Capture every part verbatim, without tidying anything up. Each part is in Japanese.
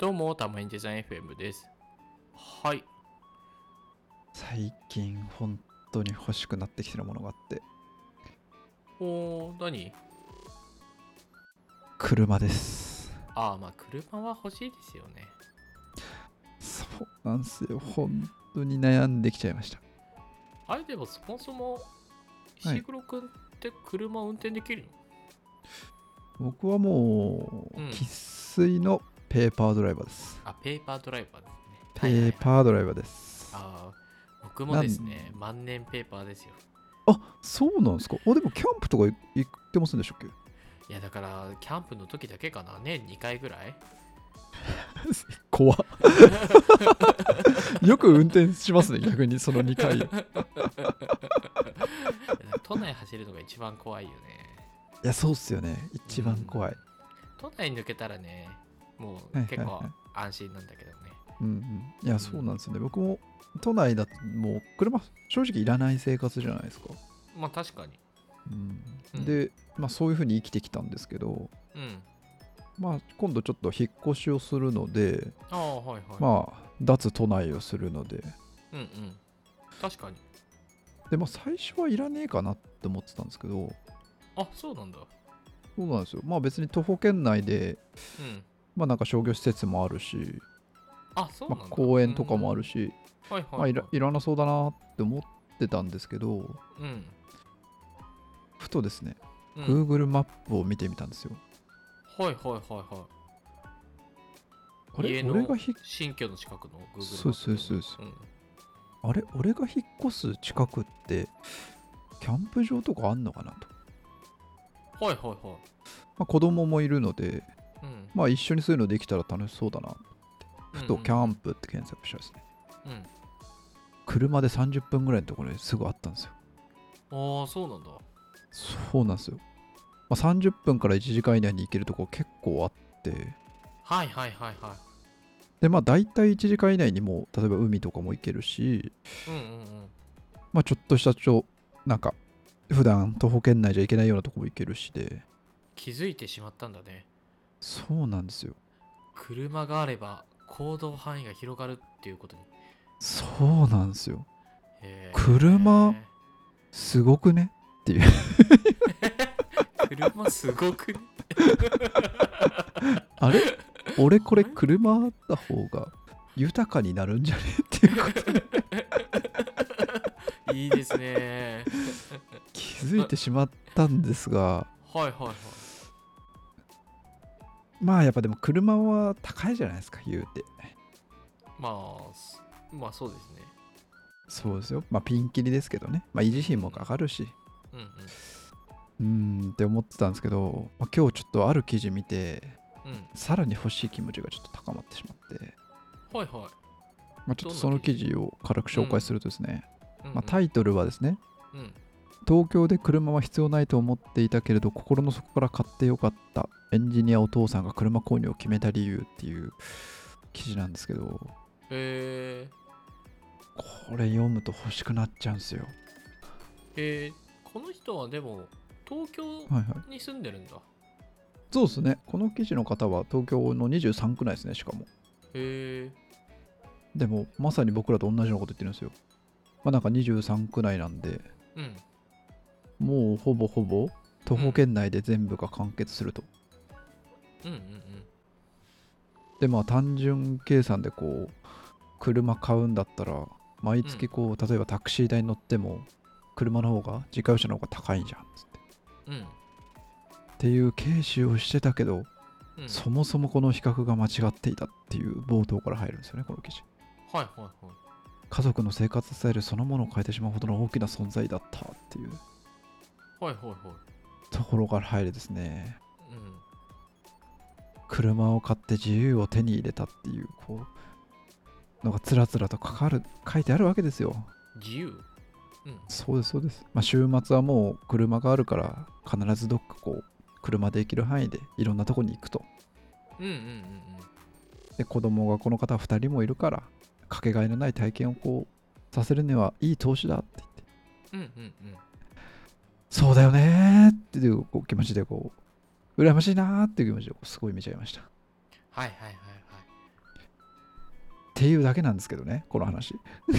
どうも、たまにデザイン エフエム です。はい。 最近本当に欲しくなってきてるものがあって、 おー、何？ 車です。 ああ、まあ、車は欲しいですよね。 そうなんですよ。本当に悩んできちゃいました。 あれ、でもそもそも、 はい。 石黒くんって車運転できる僕はもうの？うん。 生粋のペーパードライバーです。 あ、ペーパードライバーですね。はいはいはい。 ペーパードライバーです。 ああ、僕もなんですね、万年ペーパーですよ。 あ、そうなんですか。あ、でもキャンプとか行行ってませんでしたっけ？ いや、だから、キャンプの時だけかな。年にかいぐらい。 怖っ。よく運転しますね、逆にそのにかい。い都内走るのが一番怖いよね。 や、そうっすよね。 う一番怖い。 ん。都内抜けたらね、もはいう結構はいはい。 安心なんだけどね。 うんうん。いや、 うん。 そうなんですよね。僕も都内だともう車正直いらない生活じゃないですか。 まあ確かに。ううん、 ん。 で、まあそういうふうに生きてきたんですけど、 うん。 まあ今度ちょっと引っ越しをするので、 ああ、はいはい。 まあ脱都内をするので、 うんうん。確かに。 で、まあ最初はいらねえかなって思ってたんですけど、 あ、そうなんだ。 そうなんですよ。まあ別に徒歩圏内で、 うん。 まあなんか商業施設もあるし、 あ、そうまあなんだ。うー公園とかもあるん。 し、 はいはいまあいら、 はいらなそうだなって思ってたんですけど、 い。うん。 ふとですね、 うん。 Google マップを見てみたんですよ。 はいはいはいはあい。 れ家の俺がひ、 新居の近くの Google そうマップでね。 そうそうそうん。 う。あれ俺が引っ越す近くって、キャンプ場とかあんのかなと。 はいはいはまあ、子供もいるので、 い。うん。 まあ一緒にそういうのできたら楽しそうだな。 うんうんふとキャンプって検索したらですね、 うん。 車でさんじゅっぷんぐらいのところにすぐあったんですよ。 うん。ああ、そうなんだ。 そうなんですよ。まあ、さんじゅっぷんからいちじかん以内に行けるとこ結構あって、 はいはいはいはで、まあ大体いちじかん以内にもう、例えば海とかも行けるし、 い。うんうんうん。 まあちょっとしたちょ、なんか、普段徒歩圏内じゃ行けないようなとこも行けるしで、 気づいてしまったんだね。 そうなんですよ。 車があれば行動範囲が広がるっていうことに。 そうなんですよ。車、 へえ。 すごくねっていう。 車すごくね？ あれ俺これあれ車あった方が豊かになるんじゃねっていうことでいいですね。 気づいてしまったんですが、 はいはいはい。 まあやっぱでも車は高いじゃないですか、言うて。 まあ、すまあそうですね。 そうですよ。まあピンキリですけどね。まあ維うんうん持費もかかるし。 うん。うんうーんって思ってたんですけど、まあ、今日ちょっとある記事見て、 うん。うん。 さらに欲しい気持ちがちょっと高まってしまって、 はいはい。 まあ、ちょっとそのどんな記事？ 記事を軽く紹介うん。 するとですね、 うんうまあ、タイトルはですね、 ん。うん。 東京で車は必要ないと思っていたけれど心の底から買ってよかったエンジニアお父さんが車購入を決めた理由っていう記事なんですけど、 へえ。 これ読むと欲しくなっちゃうんですよ。 へえ。この人はでも東京はいはい。 に住んでるんだ。 そうですね。この記事の方は東京のにじゅうさん区内ですね、しかも。 へえ。 でもまさに僕らと同じようなこと言ってるんですよ。まあなんかにじゅうさん区内なんで、 うん。 もうほぼほぼ徒歩圏内で全部が完結すると。 うんうんでまあ単純計算でこう車買うんだったら毎月こう例えばタクシー代乗っても車の方が自家用車の方が高いんじゃんっつってうん。うん。 っていう軽視をしてたけど、 うん。 そもそもこの比較が間違っていたっていう冒頭から入るんですよね、この記事。 はいはいはい。 家族の生活スタイルそのものを変えてしまうほどの大きな存在だったっていうはいはいはい。 ところから入るですね。 うん。 車を買って自由を手に入れたっていうこうのがつらつらと書かる書いてあるわけですよ。 自由。うん。 そうですそうです。まあ週末はもう車があるから必ずどっかこう車で行ける範囲でいろんなとこに行くと。 うんうんうんで子供がこの方ふたりもいるからかけがえのない体験をこうさせるにはいい投資だって言って、 うん。うんうんうん。 そうだよねーっていうこう気持ちでこう羨ましいなーっていう気持ちでこうすごい見ちゃいました。 はいはいはいはい。 っていうだけなんですけどね、この話。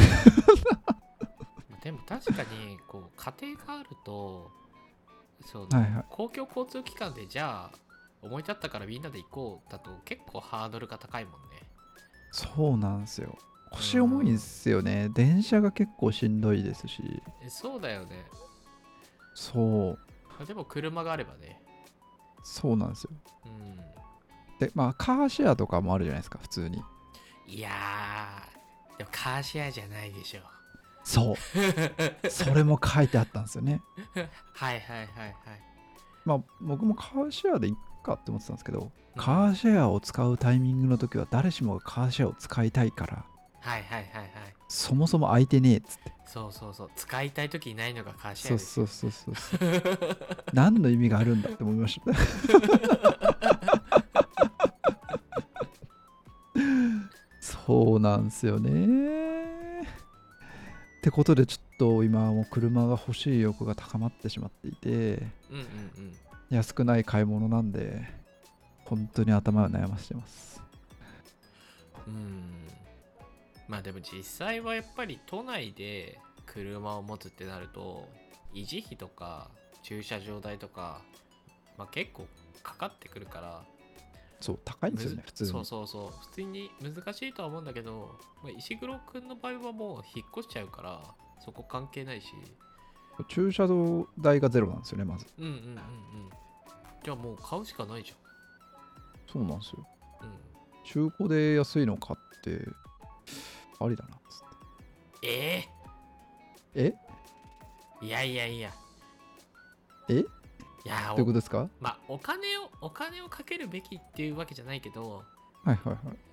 でも確かにこう家庭があるとその、 はいはい、 公共交通機関でじゃあ思い立ったからみんなで行こうだと結構ハードルが高いもんね。 そうなんですよ。腰重いんですよね。電車が結構しんどいですし。 えそうだよね。 そうでも車があればね。 そうなんですよ。 うん。 でまあカーシェアとかもあるじゃないですか、普通に。 いやーでもカーシェアじゃないでしょ。 そうそれも書いてあったんですよね。 はいはいはいはい。 まあ僕もカーシェアでいっかって思ってたんですけど、 うんカーシェアを使うタイミングの時は誰しもがカーシェアを使いたいから、 はいはいはいはい。 そもそも空いてねえっつって。 そうそうそう。使いたい時にないのがカーシェそうアですよ。 そうそうそうそう何の意味があるんだって思いましたそうなんですよね。ってことでちょっと今はもう車が欲しい欲が高まってしまっていて、 うんうんうん。 安くない買い物なんで本当に頭を悩ませてます。 うん。まあでも実際はやっぱり都内で車を持つってなると維持費とか駐車場代とか、まあ、結構かかってくるから、 そう高いんですよね、普通に。 そうそうそう普通に難しいとは思うんだけど、まあ、石黒くんの場合はもう引っ越しちゃうからそこ関係ないし。 駐車場代がゼロなんですよね、まず。 うんうんうんうん。じゃあもう買うしかないじそうなんですよ。 ゃん。うん。 中古で安いの買ってありだなっつっえて。 ー、いやいやいやええいやどういうことですか？ まあお金をお金をかけるべきっていうわけじゃないけど、 はいはいはい。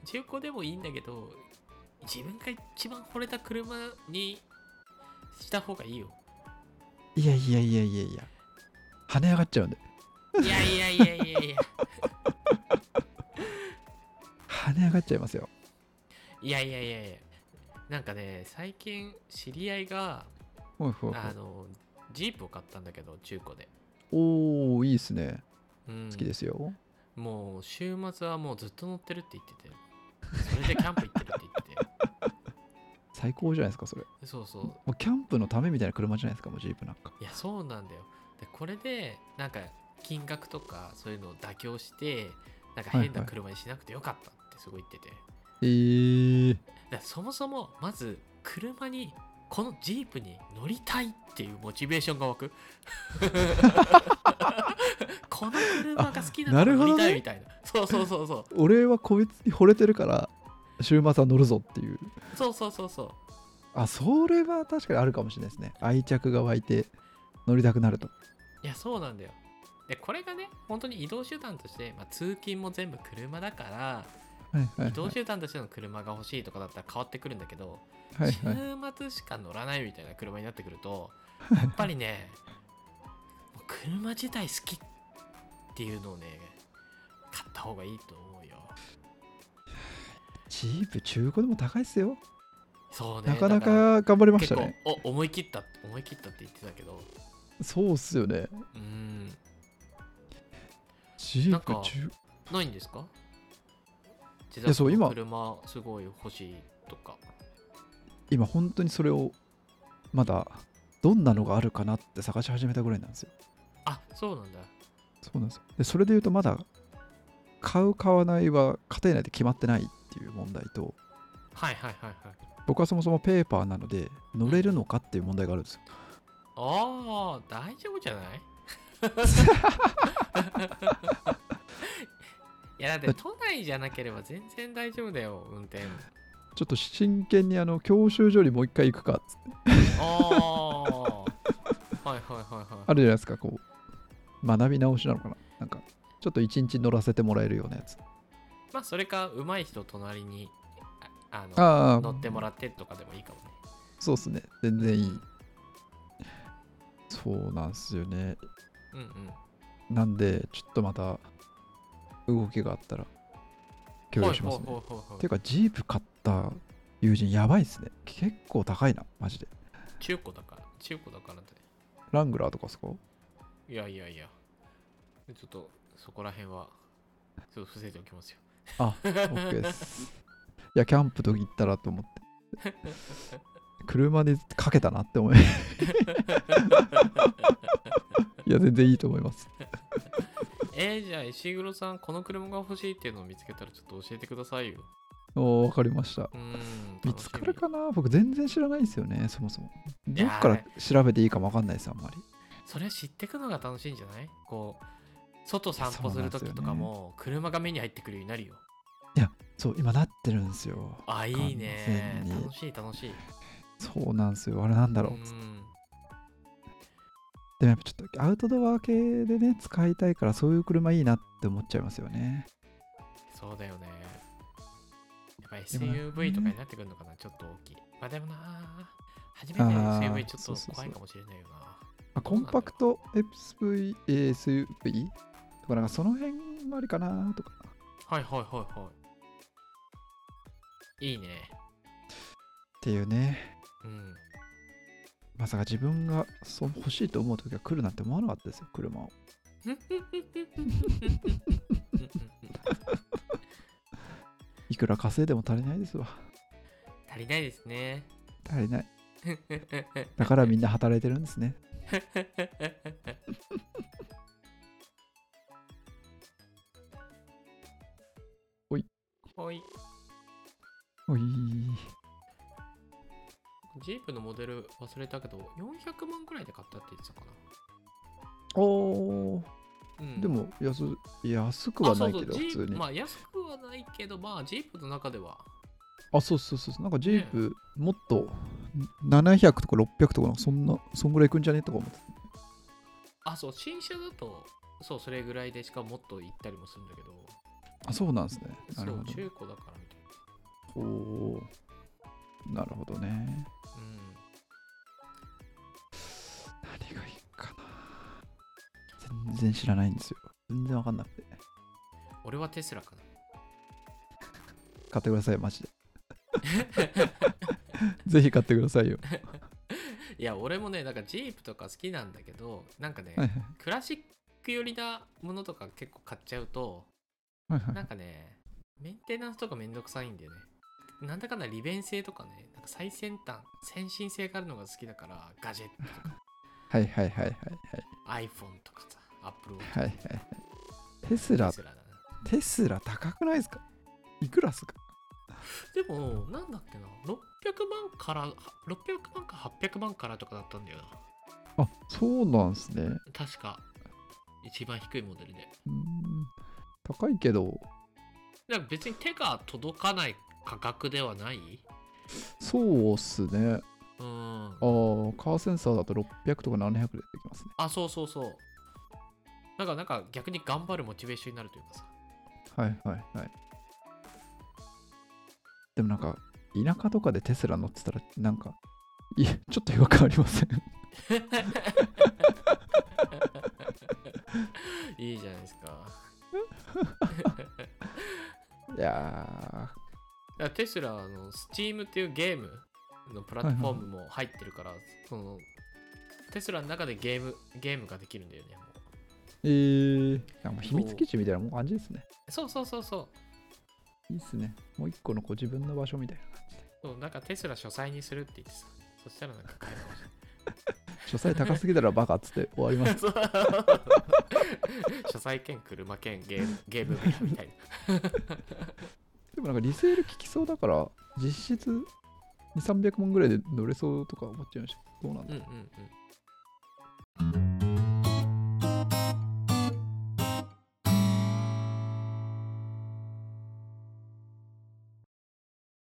中古でもいいんだけど自分が一番惚れた車にした方がいいよ。 いやいやいやいやいや、跳ね上がっちゃうんで。 いやいやいやいやいや跳ね上がっちゃいますよ。 いやいやいやいやなんかね最近知り合いがほいほいほい。 あのジープを買ったんだけど中古で。 おー、いいっすね。 うん好きですよ。 もう週末はもうずっと乗ってるって言ってて、それでキャンプ行ってるって言って最高じゃないですか、それ。 て、そうそう。 もうキャンプのためみたいな車じゃないですか、もうジープなんか。 いやそうなんだよ。でこれでなんか金額とかそういうのを妥協してなんか変な車にしなくてよかったってすごい言ってて、 えー、 だからそもそもまず車にこのジープに乗りたいっていうモチベーションが湧くこの車が好きだから乗りたいみたいな、そうそうそうそう俺はこいつに惚れてるから週末は乗るぞっていう。 そうそうそうそう。 あ、それは確かにあるかもしれないですね。愛着が湧いて乗りたくなると。 いやそうなんだよ。でこれがね本当に移動手段として、まあ、通勤も全部車だからはいはいはい。 移動手段としての車が欲しいとかだったら変わってくるんだけど、 はいはい。 週末しか乗らないみたいな車になってくるとやっぱりねもう車自体好きっていうのをね買った方がいいと思うよ。 ジープ中古でも高いっすよ。 そうね、 なかなだからか頑張りまし結構たね。 お思い切った思い切ったって言ってたけど、 そうっすよね。 うーんジーなんかプ中ないんですか？自やそう今宅の車すごい欲しいとか。 今本当にそれをまだどんなのがあるかなって探し始めたぐらいなんですよ。 あ、そうなんだ。 そうなんですよ。で、それで言うとまだ買う買わないは家庭内で決まってないっていう問題と、 はいはいはいはい。 僕はそもそもペーパーなので乗れるのかっていう問題があるんですよ。 ああ、大丈夫じゃない？いやだって都内じゃなければ全然大丈夫だよ運転。 ちょっと真剣にあの教習所にもう一回行くかっつってああ、はいはいはいはい。 あるじゃないですか、こう学び直しなのかな、なんかちょっと一日乗らせてもらえるようなやつ。 まあそれか上手い人隣にああのああ、 乗ってもらってとかでもいいかもね。 そうっすね、全然いい。そうなんすよね。 うんうん。 なんでちょっとまた動きがあったら共有しますね。 ほいほいほいほいほい。 ていうかジープ買った友人やばいっすね。結構高いな、マジで。 中古だから中古だからって。 ラングラーとかっすか？ いやいやいや。ちょっとそこら辺はちょっと伏せておきますよ。 あ、OK です。 や、キャンプと行ったらと思って。車でかけたなって思い。いや、全然いいと思います。 えー、じゃあ石黒さん、この車が欲しいっていうのを見つけたらちょっと教えてくださいよ。 おー、わかりました。 うーん、 見つかるかな？僕全然知らないんですよね、そもそも。 いやーどっから調べていいかもわかんないです、あんまり。 それ知ってくのが楽しいんじゃない？こう、外散歩するときとかも、車が目に入ってくるようになるよ。 そう、今なってるんですよ。 あ、いいね。 完全に楽しい、楽しい。 そうなんですよ。あれなんだろう。 うーん。 でもやっぱちょっとアウトドア系でね、使いたいから、そういう車いいなって思っちゃいますよね。 そうだよね。やっぱでもなエスユーブイ とかになってくるのかな、ちょっと大きい。まあでもな、初めての エスユーブイ ちょっと怖いかもしれないよな。 あ、コンパクト エスユーブイ とかなんかその辺もありかなとか。 はいはいはいはい。いいね。 っていうね。 うん。 まさか自分がそう欲しいと思う時が来るなんて思わなかったですよ、車を。いくら稼いでも足りないですわ。 足りないですね。 足りない。だからみんな働いてるんですね。ほい。 ほい。 ほい。 ジープのモデル忘れたけど、よんひゃくまんくらいで買ったって言ってたかな。 おー。 うん、 でも安、安くはないけど、 そうそう普通に。 まあ安くはないけど、まあジープの中では。 あ、そうそうそう。なんかジープ、もっとななひゃくとかろっぴゃくとかの、そんな、そんぐらいいくんじゃねとか思って。 あ、そう、新車だと、そう、それぐらいでしかもっと行ったりもするんだけど。 あ、そうなんですね。 そう、 なるほど。 中古だからみたいおお。なるほどね。 な。うん。 何がいいかな。全然知らないんですよ。全然わかんなくて。 俺はテスラかな。 買ってください、マジで。ぜひ買ってくださいよ。 いや、俺もね、なんかジープとか好きなんだけど、なんかね、 はいはいクラシック寄りなものとか結構買っちゃうと、 はいはいなんかね、メンテナンスとかめんどくさいんだよね。なんだかんだ利便性とかね、なんか最先端、先進性があるのが好きだから、ガジェットとか、 はいはいはいはい iPhone とかさ、Apple Watch とか、 はいはいはい。テスラテスラだな。 テスラ高くないですか？いくらっすか？ でも、なんだっけな、ろっぴゃくまんから、ろっぴゃくまんかはっぴゃくまんからとかだったんだよな。 あ、そうなんですね。 確か、一番低いモデルで。 うーん、高いけど、 だから別に手が届かない価格ではない？ そうっすね。 うん。 ああ、カーセンサーだとろっぴゃくとかななひゃくでできますね。 あ、そうそうそう。なんか、なんか逆に頑張るモチベーションになるというかさ。 はいはいはい。でもなんか、田舎とかでテスラ乗ってたら、なんか、いや、ちょっと違和感ありません？ いいじゃないですか。 いやいやテスラの Steam っていうゲームのプラットフォームも入ってるから、そのテスラの中でゲームゲームができるんだよね。もうー、えー、なんか秘密基地みたいなもん感じですね。 そうそうそうそういいっすね。もう一個のこう自分の場所みたいな感じで。 そう。なんかテスラ書斎にするって言ってさ、そしたらなんか買えるかもしれない。 書斎高すぎたらバカっつって終わります。 そう書斎兼車兼ゲームゲーム部屋みたいな。 でもなんかリセール効きそうだから、実質に、さんびゃくまんぐらいで乗れそうとか思っちゃいました。どうなんだろう。 うんうんうん。